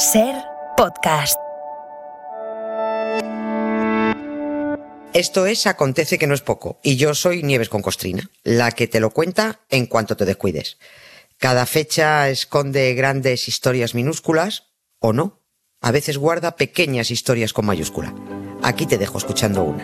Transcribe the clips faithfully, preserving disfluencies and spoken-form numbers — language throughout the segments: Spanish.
Ser Podcast. Esto es Acontece que no es poco, y yo soy Nieves con Costrina, la que te lo cuenta en cuanto te descuides. Cada fecha esconde grandes historias minúsculas, o no. A veces guarda pequeñas historias con mayúscula. Aquí te dejo escuchando una.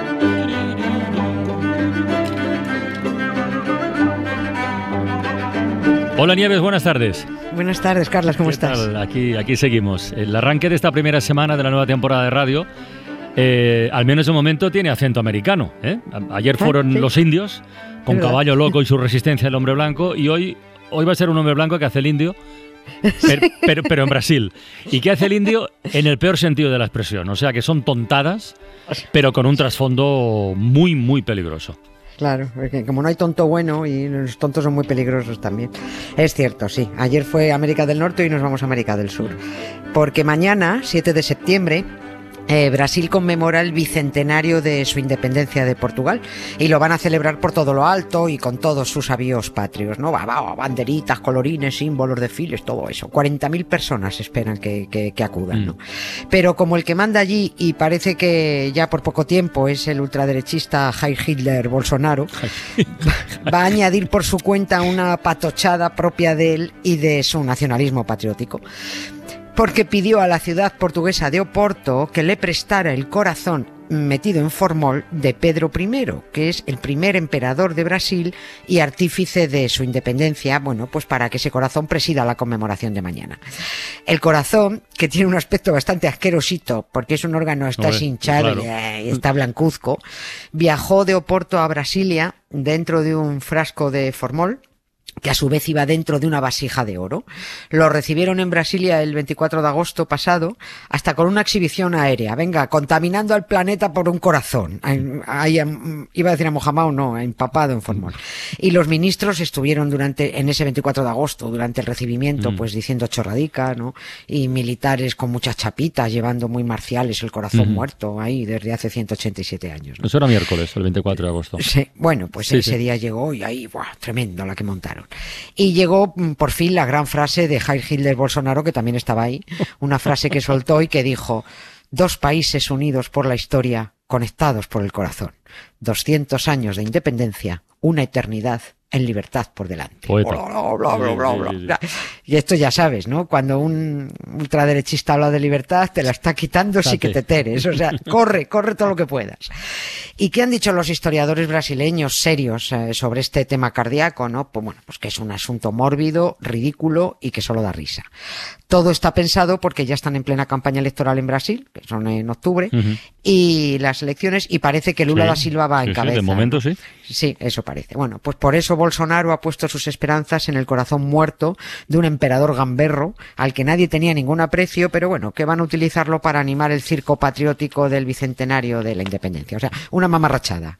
Hola Nieves, buenas tardes. Buenas tardes, Carlas, ¿cómo ¿Qué estás? tal? Aquí, aquí seguimos. El arranque de esta primera semana de la nueva temporada de radio, eh, al menos de momento, tiene acento americano. ¿eh? Ayer fueron ah, sí. los indios, con Caballo Loco y su resistencia al hombre blanco, y hoy, hoy va a ser un hombre blanco que hace el indio, pero, pero, pero en Brasil. ¿Y qué hace el indio? En el peor sentido de la expresión. O sea que son tontadas, pero con un trasfondo muy, muy peligroso. Claro, porque como no hay tonto bueno y los tontos son muy peligrosos también. Es cierto, sí. Ayer fue América del Norte y nos vamos a América del Sur. Porque mañana, siete de septiembre, eh, Brasil conmemora el bicentenario de su independencia de Portugal y lo van a celebrar por todo lo alto y con todos sus avíos patrios, ¿no? Banderitas, colorines, símbolos, desfiles, todo eso. cuarenta mil personas esperan que, que, que acudan, ¿no? Mm. Pero como el que manda allí, y parece que ya por poco tiempo es el ultraderechista Jair Hitler Bolsonaro, va a añadir por su cuenta una patochada propia de él y de su nacionalismo patriótico. Porque pidió a la ciudad portuguesa de Oporto que le prestara el corazón metido en formol de Pedro primero, que es el primer emperador de Brasil y artífice de su independencia, bueno, pues para que ese corazón presida la conmemoración de mañana. El corazón, que tiene un aspecto bastante asquerosito, porque es un órgano, está Oye, hinchado claro. y está blancuzco, viajó de Oporto a Brasilia dentro de un frasco de formol, que a su vez iba dentro de una vasija de oro. Lo recibieron en Brasilia el veinticuatro de agosto pasado, hasta con una exhibición aérea. Venga, contaminando al planeta por un corazón. Ahí, iba a decir a Mojamao, no, empapado en formol. Y los ministros estuvieron durante, en ese veinticuatro de agosto, durante el recibimiento, mm. pues diciendo chorradica, ¿no? Y militares con muchas chapitas, llevando muy marciales el corazón mm. muerto ahí desde hace ciento ochenta y siete años, ¿no? Eso era miércoles, el veinticuatro de agosto. Sí, bueno, pues sí, ese sí. día llegó y ahí, ¡buah! Tremendo la que montaron. Y llegó por fin la gran frase de Jair Hitler Bolsonaro, que también estaba ahí, una frase que soltó y que dijo: dos países unidos por la historia, conectados por el corazón, doscientos años de independencia, una eternidad en libertad por delante. Bla, bla, bla, bla, bla, bla, bla. Y esto ya sabes, ¿no? Cuando un ultraderechista habla de libertad, te la está quitando sí que te teres. O sea, corre, corre todo lo que puedas. ¿Y qué han dicho los historiadores brasileños serios eh, sobre este tema cardíaco, no? Pues bueno, pues que es un asunto mórbido, ridículo y que solo da risa. Todo está pensado porque ya están en plena campaña electoral en Brasil, que son en octubre, uh-huh. y las elecciones, y parece que Lula sí, da Silva va en sí, cabeza. Sí, de momento sí. Sí, eso parece. Bueno, pues por eso Bolsonaro ha puesto sus esperanzas en el corazón muerto de un emperador gamberro al que nadie tenía ningún aprecio, pero bueno, que van a utilizarlo para animar el circo patriótico del bicentenario de la independencia. O sea, una mamarrachada.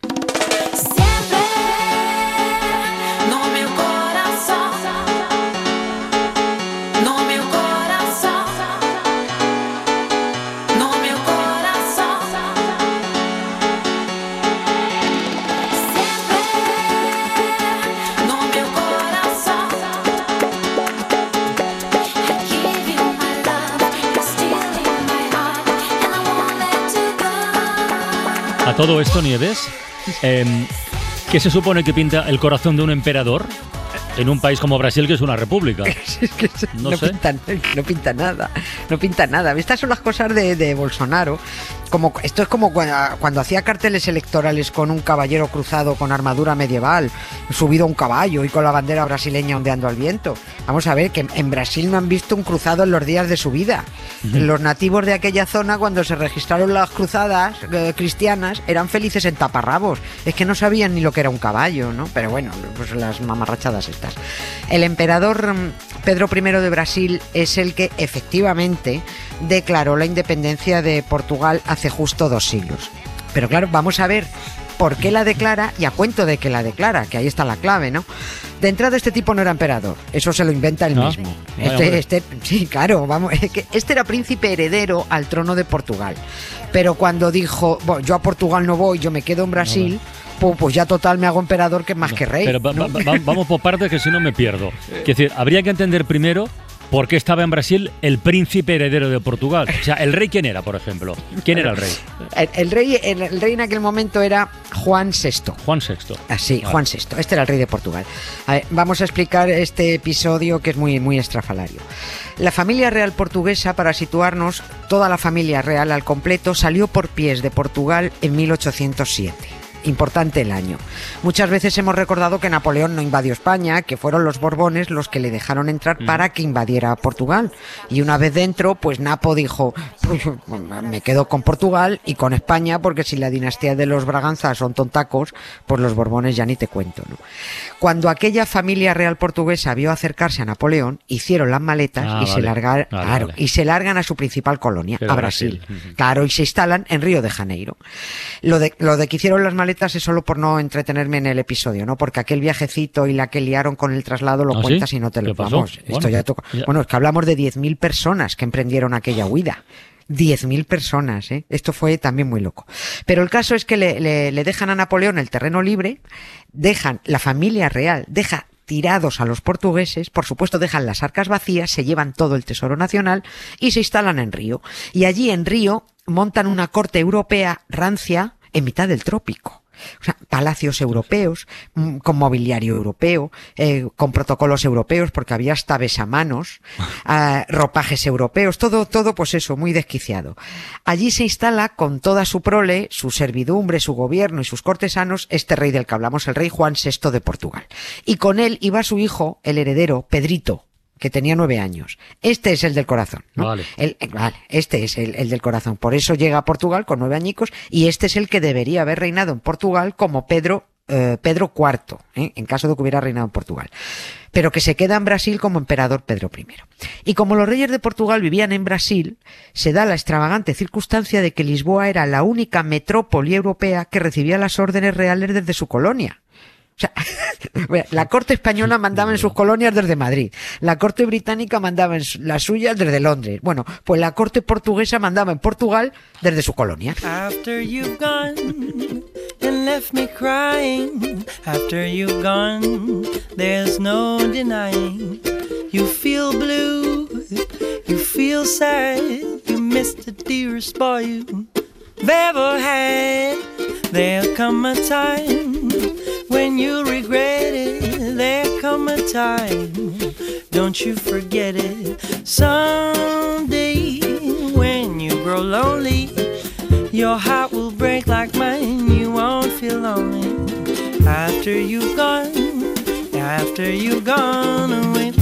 A todo esto, Nieves, eh, ¿qué se supone que pinta el corazón de un emperador en un país como Brasil, que es una república? Es que no, no, sé. pinta, no pinta nada, no pinta nada. Estas son las cosas de, de Bolsonaro. Como, esto es como cuando, cuando hacía carteles electorales con un caballero cruzado con armadura medieval, subido a un caballo y con la bandera brasileña ondeando al viento. Vamos a ver que en Brasil no han visto un cruzado en los días de su vida. Uh-huh. Los nativos de aquella zona, cuando se registraron las cruzadas eh, cristianas, eran felices en taparrabos. Es que no sabían ni lo que era un caballo, ¿no? Pero bueno, pues las mamarrachadas estas. El emperador Pedro primero de Brasil es el que efectivamente declaró la independencia de Portugal hace justo dos siglos. Pero claro, vamos a ver por qué la declara y a cuento de que la declara, que ahí está la clave, ¿no? De entrada, este tipo no era emperador, eso se lo inventa él ¿No? mismo. Este, este, sí, claro, vamos, es que este era príncipe heredero al trono de Portugal. Pero cuando dijo, bueno, yo a Portugal no voy, yo me quedo en Brasil, pues, pues ya total me hago emperador, que es más no, que rey. Pero ¿no? va, va, vamos por partes, que si no me pierdo. Es decir, habría que entender primero ¿por qué estaba en Brasil el príncipe heredero de Portugal? O sea, ¿el rey quién era, por ejemplo? ¿Quién era el rey? El, el rey el, el rey en aquel momento era Juan sexto. Juan sexto. Ah, sí, vale. Juan sexto. Este era el rey de Portugal. A ver, vamos a explicar este episodio que es muy, muy estrafalario. La familia real portuguesa, para situarnos, toda la familia real al completo salió por pies de Portugal en mil ochocientos siete. Importante el año. Muchas veces hemos recordado que Napoleón no invadió España, que fueron los Borbones los que le dejaron entrar mm. para que invadiera Portugal. Y una vez dentro, pues Napo dijo, me quedo con Portugal y con España, porque si la dinastía de los Braganza son tontacos, pues los Borbones ya ni te cuento, ¿no? Cuando aquella familia real portuguesa vio acercarse a Napoleón, hicieron las maletas ah, y, vale. se largar, vale, claro, vale. y se largan a su principal colonia, Pero a Brasil. Brasil. Claro, y se instalan en Río de Janeiro. Lo de, lo de que hicieron las maletas es solo por no entretenerme en el episodio, ¿no? Porque aquel viajecito y la que liaron con el traslado lo ¿Ah, cuentas sí? y no te lo vamos. Bueno, esto ya toca. Ya. Bueno, es que hablamos de diez mil personas que emprendieron aquella huida. diez mil personas, ¿eh? Esto fue también muy loco. Pero el caso es que le, le, le dejan a Napoleón el terreno libre, dejan, la familia real deja tirados a los portugueses, por supuesto dejan las arcas vacías, se llevan todo el tesoro nacional y se instalan en Río. Y allí en Río montan una corte europea rancia en mitad del trópico. O sea, palacios europeos, con mobiliario europeo, eh, con protocolos europeos, porque había hasta besamanos, eh, ropajes europeos, todo, todo, pues eso, muy desquiciado. Allí se instala con toda su prole, su servidumbre, su gobierno y sus cortesanos, este rey del que hablamos, el rey Juan sexto de Portugal. Y con él iba su hijo, el heredero, Pedrito, que tenía nueve años. Este es el del corazón, ¿no? Vale. El, vale, este es el, el del corazón. Por eso llega a Portugal con nueve añicos y este es el que debería haber reinado en Portugal como Pedro, eh, Pedro cuarto, ¿eh? en caso de que hubiera reinado en Portugal. Pero que se queda en Brasil como emperador Pedro primero. Y como los reyes de Portugal vivían en Brasil, se da la extravagante circunstancia de que Lisboa era la única metrópoli europea que recibía las órdenes reales desde su colonia. O sea, la corte española mandaba en sus colonias desde Madrid, la corte británica mandaba en las suyas desde Londres. Bueno, pues la corte portuguesa mandaba en Portugal desde su colonia. After you've gone and left me crying, after you've gone, there's no denying. You feel blue, you feel sad, you missed the dearest boy you've ever had. There'll come a time when you regret it, there come a time, don't you forget it. Someday when you grow lonely, your heart will break like mine, you won't feel lonely. After you've gone, after you've gone away.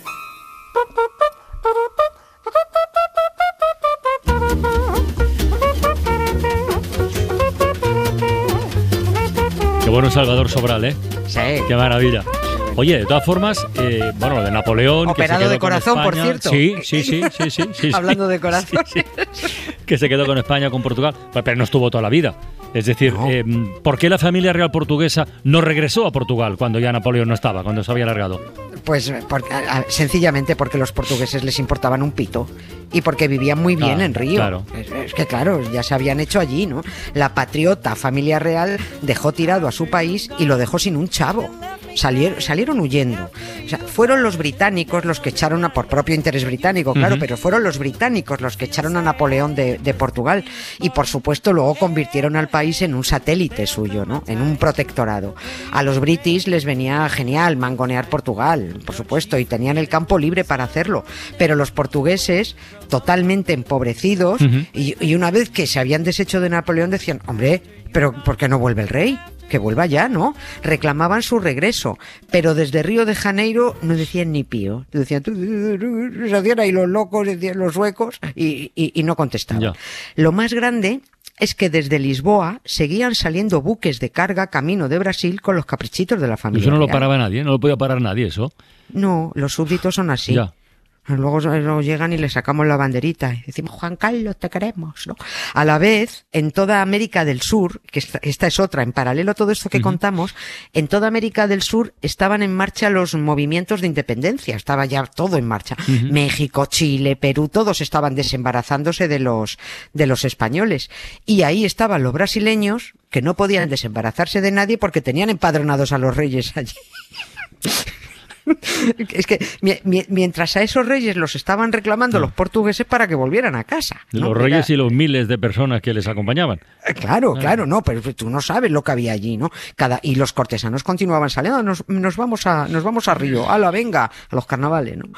Qué bueno Salvador Sobral, ¿eh? Sí. Qué maravilla. Oye, de todas formas, eh, bueno, lo de Napoleón... Operado que se de corazón, España, por cierto. Sí, sí, sí, sí, sí, sí. Hablando de corazón. Sí, sí. Que se quedó con España, con Portugal, pero no estuvo toda la vida. Es decir, no. eh, ¿por qué la familia real portuguesa no regresó a Portugal cuando ya Napoleón no estaba, cuando se había largado? Pues porque, sencillamente porque los portugueses les importaban un pito y porque vivían muy bien ah, en Río. Claro. Es, es que claro, ya se habían hecho allí, ¿no? La patriota familia real dejó tirado a su país y lo dejó sin un chavo. Salieron, salieron huyendo. O sea, fueron los británicos los que echaron a, por propio interés británico, claro, uh-huh. pero fueron los británicos los que echaron a Napoleón de, de Portugal y por supuesto luego convirtieron al país en un satélite suyo, ¿no? En un protectorado. A los british les venía genial mangonear Portugal, por supuesto, y tenían el campo libre para hacerlo, pero los portugueses, totalmente empobrecidos, uh-huh. y, y una vez que se habían deshecho de Napoleón decían, hombre, pero ¿por qué no vuelve el rey? Que vuelva ya, ¿no? Reclamaban su regreso, pero desde Río de Janeiro no decían ni pío. Decían, se hacían ahí los locos, decían los suecos, y, y, y no contestaban. Ya. Lo más grande es que desde Lisboa seguían saliendo buques de carga camino de Brasil con los caprichitos de la familia. Eso no real. Lo paraba nadie, no lo podía parar nadie, eso. No, los súbditos son así. Ya. Luego nos llegan y le sacamos la banderita y decimos, Juan Carlos, te queremos, ¿no? A la vez, en toda América del Sur, que esta, esta es otra, en paralelo a todo esto que uh-huh. contamos, en toda América del Sur estaban en marcha los movimientos de independencia, estaba ya todo en marcha. Uh-huh. México, Chile, Perú, todos estaban desembarazándose de los, de los españoles. Y ahí estaban los brasileños, que no podían desembarazarse de nadie porque tenían empadronados a los reyes allí. Es que mi, mi, mientras a esos reyes los estaban reclamando los portugueses para que volvieran a casa, ¿no? Los reyes Era... y los miles de personas que les acompañaban. Claro, claro, no, pero tú no sabes lo que había allí, ¿no? Cada y los cortesanos continuaban saliendo, nos, nos vamos a nos vamos a Río, ¡hala, venga! A los carnavales, ¿no?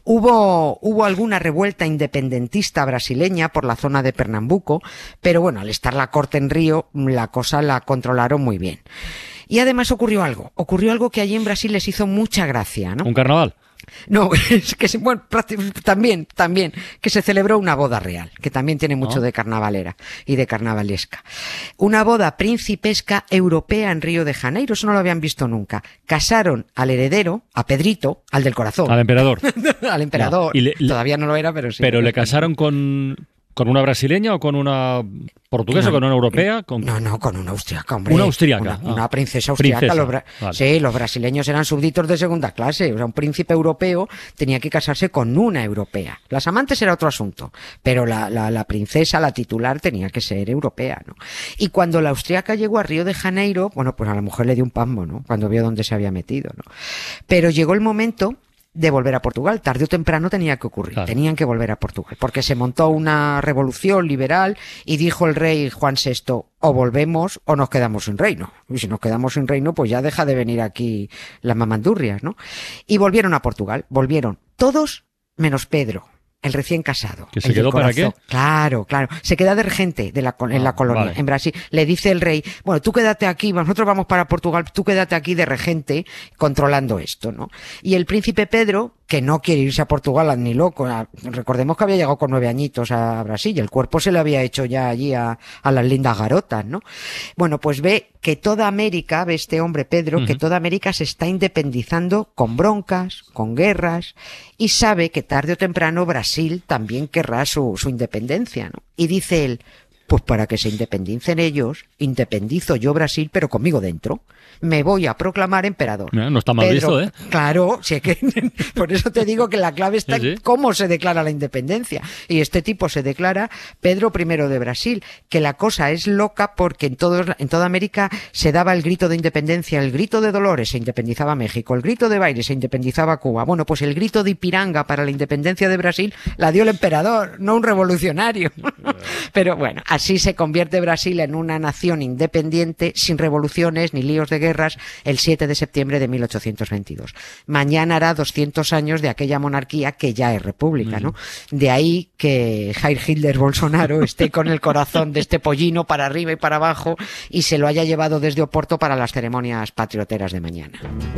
Hubo hubo alguna revuelta independentista brasileña por la zona de Pernambuco, pero bueno, al estar la corte en Río, la cosa la controlaron muy bien. Y además ocurrió algo, ocurrió algo que allí en Brasil les hizo mucha gracia, ¿no? ¿Un carnaval? No, es que se, bueno, también, también, que se celebró una boda real, que también tiene mucho ¿No? de carnavalera y de carnavalesca. Una boda principesca europea en Río de Janeiro, eso no lo habían visto nunca. Casaron al heredero, a Pedrito, al del corazón. Al emperador. Al emperador. No. Y le, Todavía no lo era, pero sí. Pero le casaron con... ¿Con una brasileña o con una portuguesa, no, con una europea? Con... No, no, con una austriaca, hombre. Una austriaca. Una, ah. una princesa austriaca. Princesa. Los bra... vale. Sí, los brasileños eran súbditos de segunda clase. O sea, un príncipe europeo tenía que casarse con una europea. Las amantes era otro asunto, pero la, la, la princesa, la titular, tenía que ser europea, ¿no? Y cuando la austriaca llegó a Río de Janeiro, bueno, pues a la mujer le dio un pasmo, ¿no? Cuando vio dónde se había metido, ¿no? Pero llegó el momento de volver a Portugal, tarde o temprano tenía que ocurrir, claro. Tenían que volver a Portugal, porque se montó una revolución liberal y dijo el rey Juan sexto, o volvemos o nos quedamos sin reino, y si nos quedamos sin reino pues ya deja de venir aquí las mamandurrias, ¿no? Y volvieron a Portugal, volvieron todos menos Pedro, el recién casado. ¿Que se quedó para qué? Claro, claro. Se queda de regente de la, en ah, la colonia, vale. En Brasil. Le dice el rey, bueno, tú quédate aquí, nosotros vamos para Portugal, tú quédate aquí de regente controlando esto, ¿no? Y el príncipe Pedro, que no quiere irse a Portugal ni loco, a, recordemos que había llegado con nueve añitos a Brasil, el cuerpo se le había hecho ya allí a, a las lindas garotas, ¿no? Bueno, pues ve que toda América, ve este hombre Pedro, uh-huh. que toda América se está independizando con broncas, con guerras, y sabe que tarde o temprano Brasil también querrá su, su independencia, ¿no? Y dice él, pues para que se independicen ellos, independizo yo Brasil, pero conmigo dentro. Me voy a proclamar emperador. No, no está mal Pedro, visto, ¿eh? Claro, si es que, por eso te digo que la clave está sí, sí. en cómo se declara la independencia. Y este tipo se declara Pedro primero de Brasil, que la cosa es loca porque en, todo, en toda América se daba el grito de independencia, el grito de Dolores se independizaba México, el grito de Baile se independizaba Cuba. Bueno, pues el grito de Ipiranga para la independencia de Brasil la dio el emperador, no un revolucionario. Pero bueno, así se convierte Brasil en una nación independiente, sin revoluciones ni líos de guerras, el siete de septiembre de mil ochocientos veintidós. Mañana hará doscientos años de aquella monarquía que ya es república, ¿no? De ahí que Jair Hitler Bolsonaro esté con el corazón de este pollino para arriba y para abajo y se lo haya llevado desde Oporto para las ceremonias patrioteras de mañana.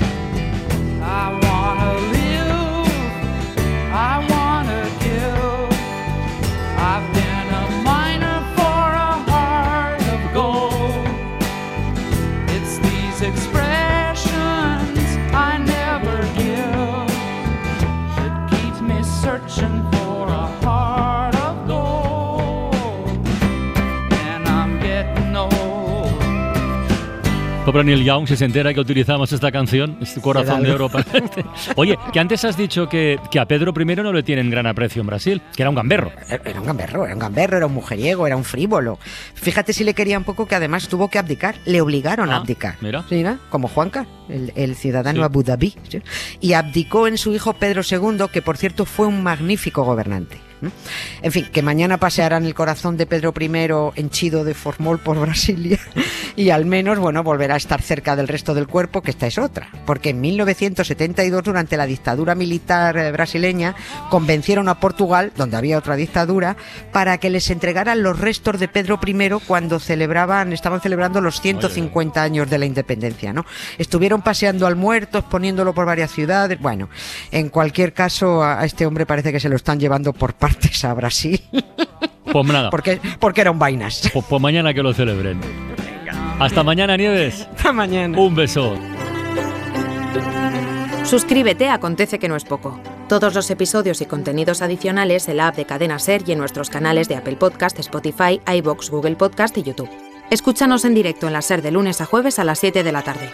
I wanna live, I wanna kill. I've been a miner for a heart of gold. It's these expressions I never give that keeps me searching for a heart of gold. And I'm getting old. Pobre Neil Young, si se entera que utilizamos esta canción, este corazón de Europa. Oye, que antes has dicho que, que a Pedro primero no le tienen gran aprecio en Brasil, que era un gamberro. Era un gamberro, era un gamberro, era un mujeriego, era un frívolo. Fíjate si le quería un poco que además tuvo que abdicar, le obligaron ah, a abdicar. Mira. ¿Sí, ¿no? Como Juanca, el, el ciudadano sí. Abu Dhabi. ¿Sí? Y abdicó en su hijo Pedro segundo, que por cierto fue un magnífico gobernante. En fin, que mañana pasearán el corazón de Pedro primero henchido de formol por Brasilia y al menos, bueno, volverá a estar cerca del resto del cuerpo, que esta es otra, porque en mil novecientos setenta y dos, durante la dictadura militar brasileña, convencieron a Portugal, donde había otra dictadura, para que les entregaran los restos de Pedro primero cuando celebraban, estaban celebrando los ciento cincuenta años de la independencia, ¿no? Estuvieron paseando al muerto, exponiéndolo por varias ciudades. Bueno, en cualquier caso, a este hombre parece que se lo están llevando por partes a Brasil. Pues nada. Porque, porque eran vainas. Pues, pues mañana que lo celebren. Hasta mañana, Nieves. Hasta mañana. Un beso. Suscríbete a Acontece que no es poco. Todos los episodios y contenidos adicionales en la app de Cadena Ser y en nuestros canales de Apple Podcast, Spotify, iVoox, Google Podcast y YouTube. Escúchanos en directo en la Ser de lunes a jueves a las siete de la tarde.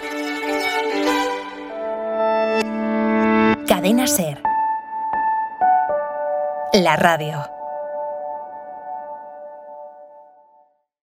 Cadena Ser. La radio.